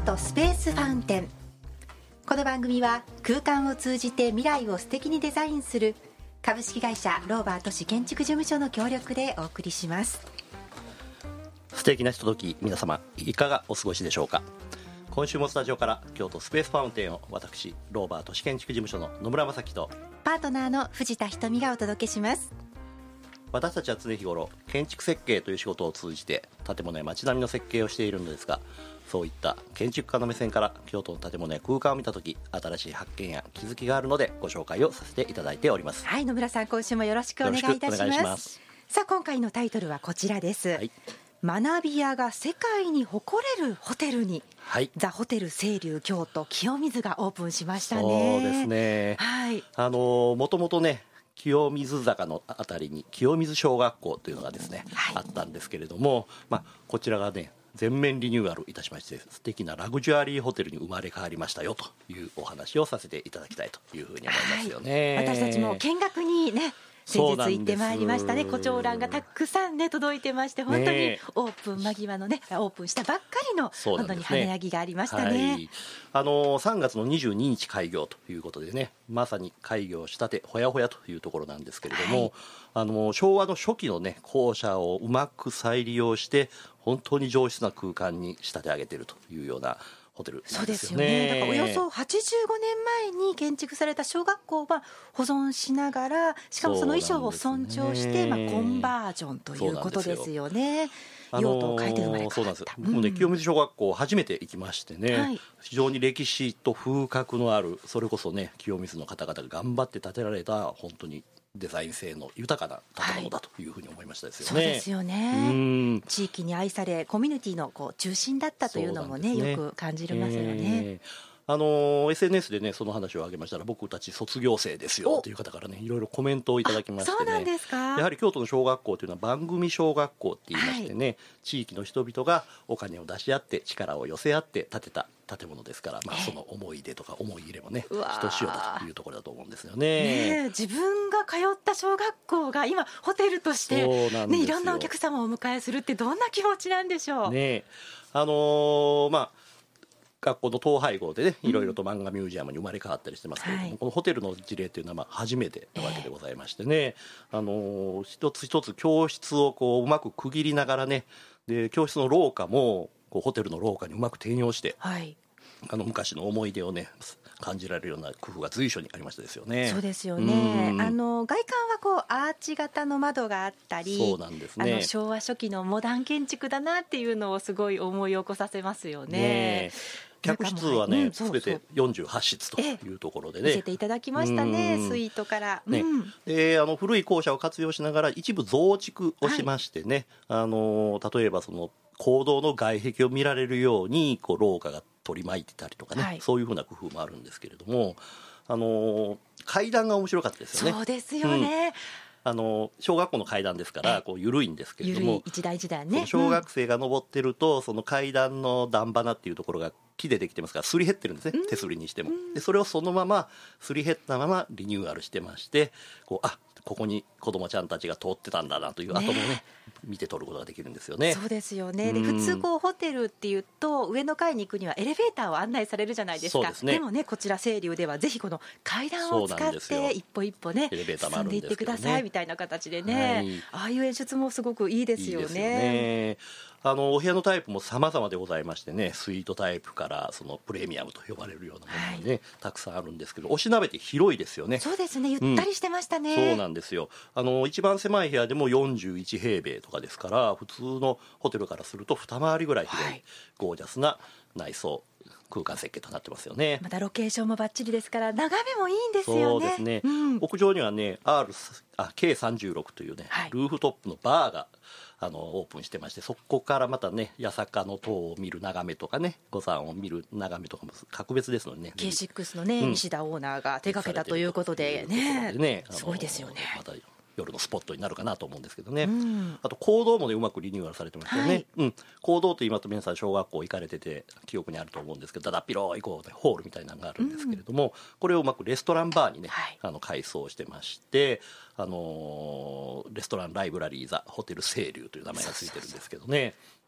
都スペースファウンテン。この番組は空間を通じて未来を素敵にデザインする株式会社ローバー都市建築事務所の協力でお送りします。 素敵なひととき、皆様いかがお過ごしでしょうか。今週もスタジオから京都スペースファウンテンを私ローバー都市建築事務所の野村正樹とパートナーの藤田瞳がお届けします。 私たちは常日頃建築設計という仕事を通じて建物や街並みの設計をしているのですが、そういった建築家の目線から京都の建物や空間を見たとき、新しい発見や気づきがあるのでご紹介をさせていただいております。 はい、野村さん、今週もよろしくお願いいたします。さあ、今回のタイトルはこちらです、はい、学び屋が世界に誇れるホテルに、はい、ザ・ホテル清流京都清水がオープンしましたね。 そうですね、はい、もともとね、清水坂のあたりに清水小学校というのがですね、はい、あったんですけれども、こちらがね全面リニューアルいたしまして、素敵なラグジュアリーホテルに生まれ変わりましたよというお話をさせていただきたいというふうに思いますよね、はい、 私たちも見学にね先日行ってまいりましたね。胡蝶蘭がたくさんね届いてまして、本当にオープン間際のね、オープンしたばっかりの本当に華やぎがありましたね。 はい、3月の22日開業ということでね、まさに開業したてほやほやというところなんですけれども、はい、昭和の初期のね校舎をうまく再利用して本当に上質な空間に仕立て上げているというようなホテルなんですよね。 そうですよね。だからおよそ85年前に建築された小学校は保存しながら、しかもその衣装を尊重して、コンバージョンということですよね。用途を変えて生まれ変わった。そうなんですよ。 もうね、清水小学校初めて行きましてね、はい、非常に歴史と風格のある、それこそね清水の方々が頑張って建てられた本当にデザイン性の豊かな建物だというふうに思いましたですよね。 そうですよね。地域に愛されコミュニティの中心だったというのもね、よく感じますよね。 SNS でねその話を挙げましたら、僕たち卒業生ですよという方からねいろいろコメントをいただきましてね。 そうなんですか。 やはり京都の小学校というのは番組小学校って言いましてね、はい、地域の人々がお金を出し合って力を寄せ合って建てた建物ですから、その思い出とか思い入れもねひとしおだというところだと思うんですよね。 自分が通った小学校が今ホテルとしてね、いろんなお客様をお迎えするってどんな気持ちなんでしょうね。 学校の統廃合でねいろいろと漫画ミュージアムに生まれ変わったりしてますけれども、はい、このホテルの事例というのは初めてなわけでございましてね、一つ一つ教室をうまく区切りながらね、で教室の廊下もホテルの廊下にうまく転用して、はい、昔の思い出をね感じられるような工夫が随所にありましたですよね。 そうですよね。外観はアーチ型の窓があったり、 そうなんですね、 昭和初期のモダン建築だなっていうのをすごい思い起こさせますよね。 客室はねすべて48室というところでね、 見せていただきましたね、スイートから、ね。 で古い校舎を活用しながら一部増築をしましてね、はい、例えばその講堂の外壁を見られるように廊下が取り巻いてたりとかね、はい、そういうふうな工夫もあるんですけれども、階段が面白かったですよね。 そうですよね、 小学校の階段ですから緩いんですけれども、 一段一段ね、 小学生が登ってると、その階段の段花っていうところが木でできてますからすり減ってるんですね、手すりにしても。でそれをそのまますり減ったままリニューアルしてまして、ここに子どもちゃんたちが通ってたんだなという跡もね見て取ることができるんですよね。 そうですよね。で普通ホテルっていうと上の階に行くにはエレベーターを案内されるじゃないですか。 でもねこちら清流ではぜひこの階段を使って一歩一歩ね進んでいってくださいみたいな形でね、はい、ああいう演出もすごくいいですよね。いいですよね。 お部屋のタイプも様々でございましてね、スイートタイプからそのプレミアムと呼ばれるようなものがね、はい、たくさんあるんですけど、おしなべて広いですよね。 そうですね、ゆったりしてましたね、 そうなんですよ。一番狭い部屋でも41平米とかですから、普通のホテルからすると二回りぐらい広い、はい、ゴージャスな内装空間設計となってますよね。 またロケーションもバッチリですから眺めもいいんですよね。 そうですね、屋上にはねK36 というね、はい、ルーフトップのバーがオープンしてまして、そこからまたね八坂の塔を見る眺めとかね、五山を見る眺めとかも格別ですのでね、 K6 のね、西田オーナーが手掛けたということでね、すごいですよね。 また夜のスポットになるかなと思うんですけどね、あと講堂もねうまくリニューアルされてましたよね、はい、講堂と今と皆さん小学校行かれてて記憶にあると思うんですけど、だだっ広いホールみたいなのがあるんですけれども、これをうまくレストランバーにね、はい、改装してまして、レストランライブラリーザホテル清流という名前がついてるんですけどね、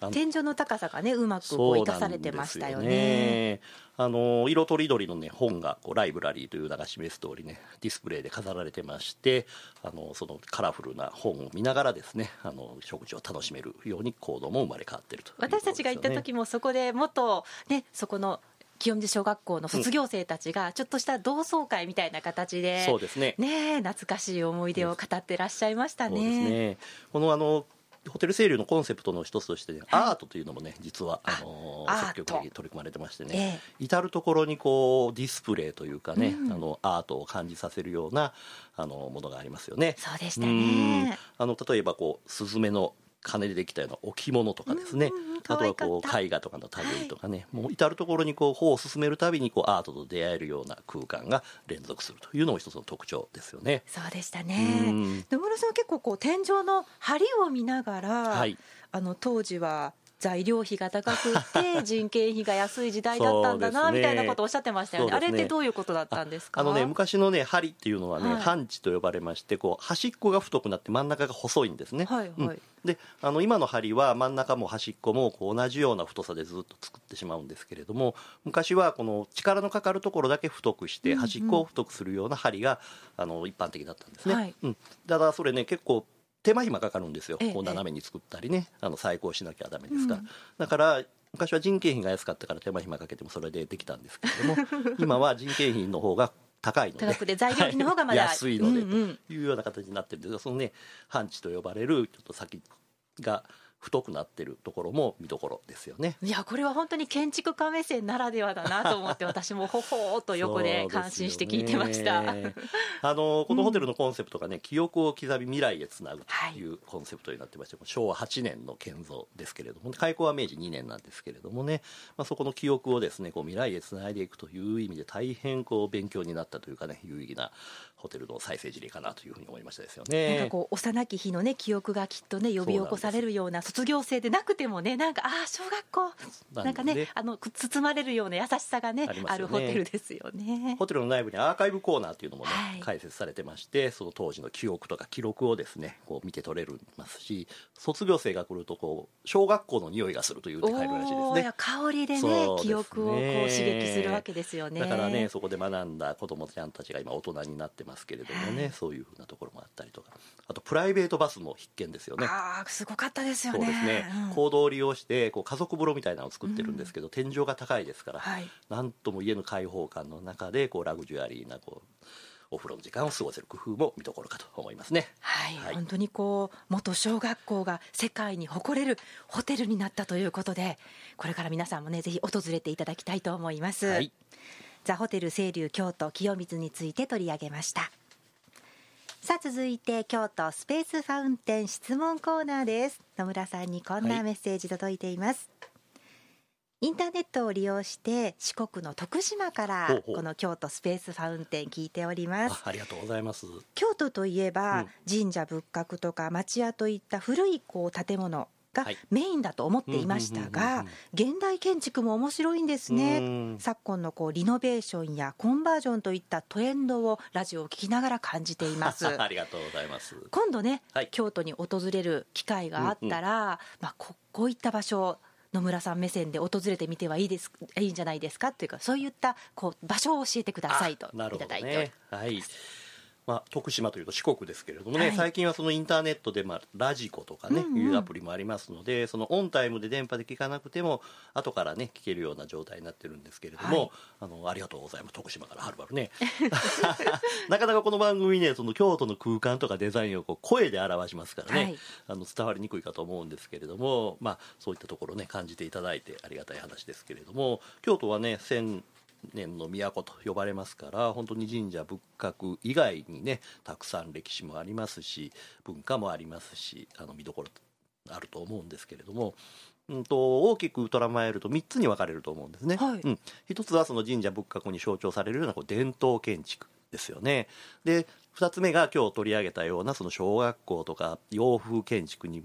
天井の高さがねうまくこう生かされてましたよね。 色とりどりのね本がこうライブラリーという名が示す通りねディスプレイで飾られてまして、そのカラフルな本を見ながらですね食事を楽しめるように行動も生まれ変わっているということですね。 私たちが行った時もそこで元ねそこの清水小学校の卒業生たちがちょっとした同窓会みたいな形で、 そうですね、 懐かしい思い出を語ってらっしゃいましたね。 そうですね。このホテル清流のコンセプトの一つとして、ね、アートというのもね実は積極的に取り組まれてましてね、至る所にこうディスプレイというかね、アートを感じさせるようなものがありますよね。 そうでしたね。 例えばこうスズメの羽でできたような置物とかですね、あとはこう絵画とかの類とかね、もう至る所にこう歩を進めるたびにこうアートと出会えるような空間が連続するというのも一つの特徴ですよね。 そうでしたね。野村さんは結構こう天井の梁を見ながら、当時は材料費が高くって人件費が安い時代だったんだな、みたいなことをおっしゃってましたよね。あれってどういうことだったんですか？ 昔のね梁っていうのはね、半地と呼ばれまして、こう端っこが太くなって真ん中が細いんですね。で今の梁は真ん中も端っこもこう同じような太さでずっと作ってしまうんですけれども、昔はこの力のかかるところだけ太くして端っこを太くするような梁が一般的だったんですね。だからそれね結構手間暇かかるんですよ。こう斜めに作ったりね細工をしなきゃダメですから、だから昔は人件費が安かったから手間暇かけてもそれでできたんですけれども今は人件費の方が高いので高くて材料費の方がまだ安いのでというような形になってるんですが、そのね半地と呼ばれるちょっと先が太くなってるところも見どころですよね。 いやこれは本当に建築家目線ならではだなと思って私もほほーっと横で感心して聞いてました。 このホテルのコンセプトがね、記憶を刻み未来へつなぐというコンセプトになってまして、昭和8年の建造ですけれども、開校は明治2年なんですけれどもね、そこの記憶をですねこう未来へつないでいくという意味で大変こう勉強になったというかね有意義なホテルの再生事例かなというふうに思いましたですよね。 なんかこう幼き日のね記憶がきっとね呼び起こされるような卒業生でなくてもねなんか小学校なんかね包まれるような優しさがねあるホテルですよね。 ホテルの内部にアーカイブコーナーというのもね、開設されてまして、その当時の記憶とか記録をですねこう見て取れますし、卒業生が来るとこう小学校の匂いがするというって帰るらしいですね。 香りでね記憶をこう刺激するわけですよね。 だからねそこで学んだ子どもちゃんたちが今大人になってますけれどもね、そういうふうなところもあったりとか、あとプライベートバスも必見ですよね。 すごかったですよね。 そうですね、公道を利用してこう家族風呂みたいなのを作ってるんですけど、天井が高いですから、なんとも家の開放感の中でこうラグジュアリーなこうお風呂の時間を過ごせる工夫も見どころかと思いますね。 本当にこう元小学校が世界に誇れるホテルになったということで、これから皆さんもねぜひ訪れていただきたいと思います。ザ・ホテル清流京都清水について取り上げました。さあ続いて京都スペースファウンテン質問コーナーです。野村さんにこんなメッセージ届いています。インターネットを利用して四国の徳島からこの京都スペースファウンテン聞いております。 ありがとうございます。 京都といえば、神社仏閣とか町屋といった古いこう建物がメインだと思っていましたが、現代建築も面白いんですね。昨今のこうリノベーションやコンバージョンといったトレンドをラジオを聞きながら感じています。 ありがとうございます。 今度ね、京都に訪れる機会があったら、こういった場所を野村さん目線で訪れてみてはいいんじゃないですかというか、そういったこう場所を教えてくださいといただいております。 徳島というと四国ですけれどもね、最近はそのインターネットでラジコとかね、いうアプリもありますので、そのオンタイムで電波で聞かなくても後からね聞けるような状態になってるんですけれども、ありがとうございます。徳島からはるばるねなかなかこの番組ねその京都の空間とかデザインをこう声で表しますからね、伝わりにくいかと思うんですけれども、そういったところね感じていただいてありがたい話ですけれども、京都はね1000年の都と呼ばれますから、本当に神社仏閣以外にねたくさん歴史もありますし文化もありますし見どころあると思うんですけれども、大きく捉まえると3つに分かれると思うんですね。一つはその神社仏閣に象徴されるようなこう伝統建築ですよね。で2つ目が今日取り上げたようなその小学校とか洋風建築に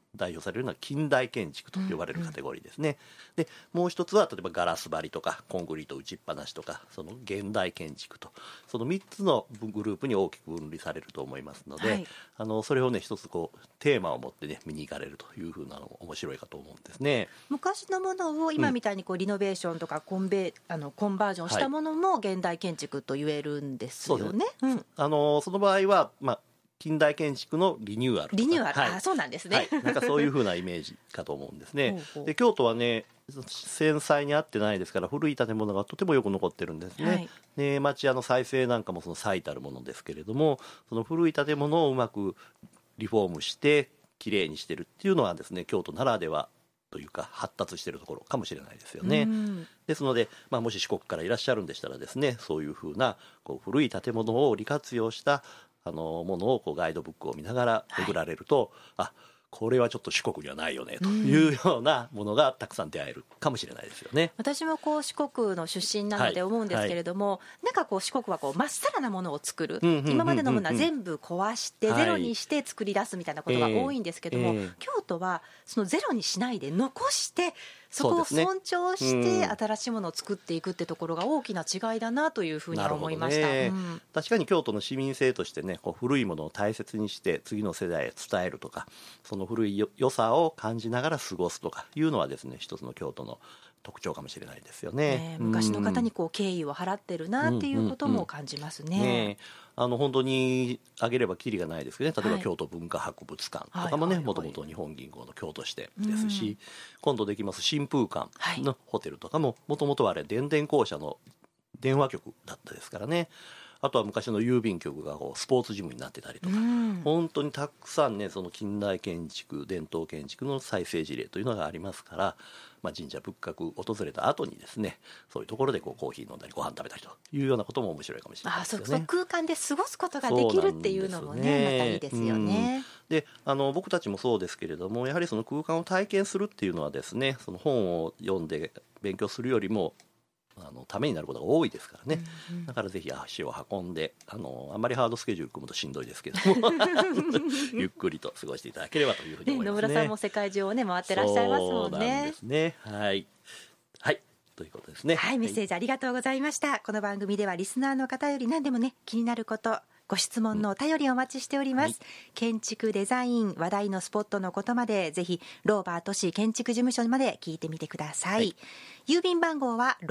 代表されるのは近代建築と呼ばれるカテゴリーですね、でもう一つは例えばガラス張りとかコンクリート打ちっぱなしとかその現代建築とその3つのグループに大きく分離されると思いますので、それをね一つこうテーマを持ってね見に行かれるというふうなのも面白いかと思うんですね。 昔のものを今みたいにこうリノベーションとかコンバージョンしたものも現代建築と言えるんですよね。 その場合は近代建築のリニューアルとか、 そうなんですね、 なんかそういう風なイメージかと思うんですねで京都はね戦災に合ってないですから古い建物がとてもよく残ってるんですね、で町屋の再生なんかもその最たるものですけれどもその古い建物をうまくリフォームしてきれいにしてるっていうのはですね京都ならではというか発達しているところかもしれないですよね。ですので、もし四国からいらっしゃるんでしたらですねそういう風なこう古い建物を利活用したものをこうガイドブックを見ながら巡られると、これはちょっと四国にはないよねというようなものがたくさん出会えるかもしれないですよね。 私もこう四国の出身なので思うんですけれども、なんかこう四国はこうまっさらなものを作る、今までのものは全部壊してゼロにして作り出すみたいなことが多いんですけども、京都はそのゼロにしないで残してそこを尊重して新しいものを作っていくってところが大きな違いだなというふうに思いました。 確かに京都の市民性としてねこう古いものを大切にして次の世代へ伝えるとかその古い良さを感じながら過ごすとかいうのはですね一つの京都の特徴かもしれないですよね。 昔の方にこう敬意を払ってるなっていうことも感じますね。 本当に挙げればきりがないですけどね例えば京都文化博物館とかもねもともと日本銀行の京都支店ですし、今度できます新風館のホテルとかももともとはあれ電電公社の電話局だったですからね。あとは昔の郵便局がこうスポーツジムになってたりとか、本当にたくさんねその近代建築伝統建築の再生事例というのがありますから、神社仏閣訪れた後にですねそういうところでこうコーヒー飲んだりご飯食べたりというようなことも面白いかもしれないですよね。 そう空間で過ごすことができるっていうのもねまたいいですよね。 で僕たちもそうですけれどもやはりその空間を体験するっていうのはですねその本を読んで勉強するよりもためになることが多いですからね、だからぜひ足を運んであんまりハードスケジュール組むとしんどいですけどもゆっくりと過ごしていただければというふうに思いますね。 野村さんも世界中をね回ってらっしゃいますもんね。 そうなんですね。はいということですね。 メッセージありがとうございました。この番組ではリスナーの方より何でもね気になることご質問のお便りをお待ちしております、建築デザイン話題のスポットのことまでぜひローバー都市建築事務所まで聞いてみてください、郵便番号は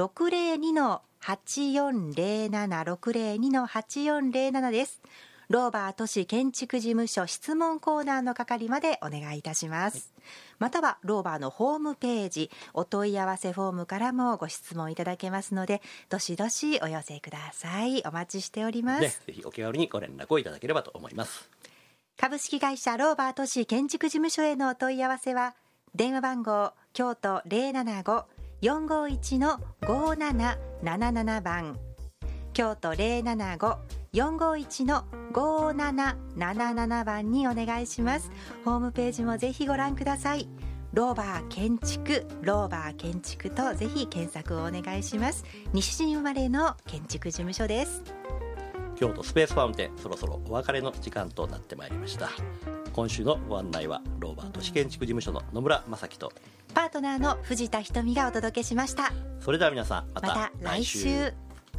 602-8407 602-8407 です。ローバー都市建築事務所質問コーナーの係までお願いいたします、またはローバーのホームページお問い合わせフォームからもご質問いただけますのでどしどしお寄せください。お待ちしております、 ぜひお気軽にご連絡をいただければと思います。 株式会社ローバー都市建築事務所へのお問い合わせは電話番号京都 075-451-5777 番京都 075-451-5777 番にお願いします。ホームページもぜひご覧ください。ローバー建築とぜひ検索をお願いします。西陣生まれの建築事務所です。 京都スペースファウンテンそろそろお別れの時間となってまいりました。今週のご案内はローバー都市建築事務所の野村正樹とパートナーの藤田瞳がお届けしました。 それでは皆さんまた来週。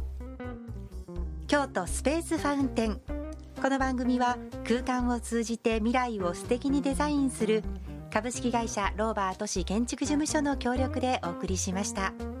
京都スペースファウンテン、この番組は空間を通じて未来を素敵にデザインする株式会社ローバー都市建築事務所の協力でお送りしました。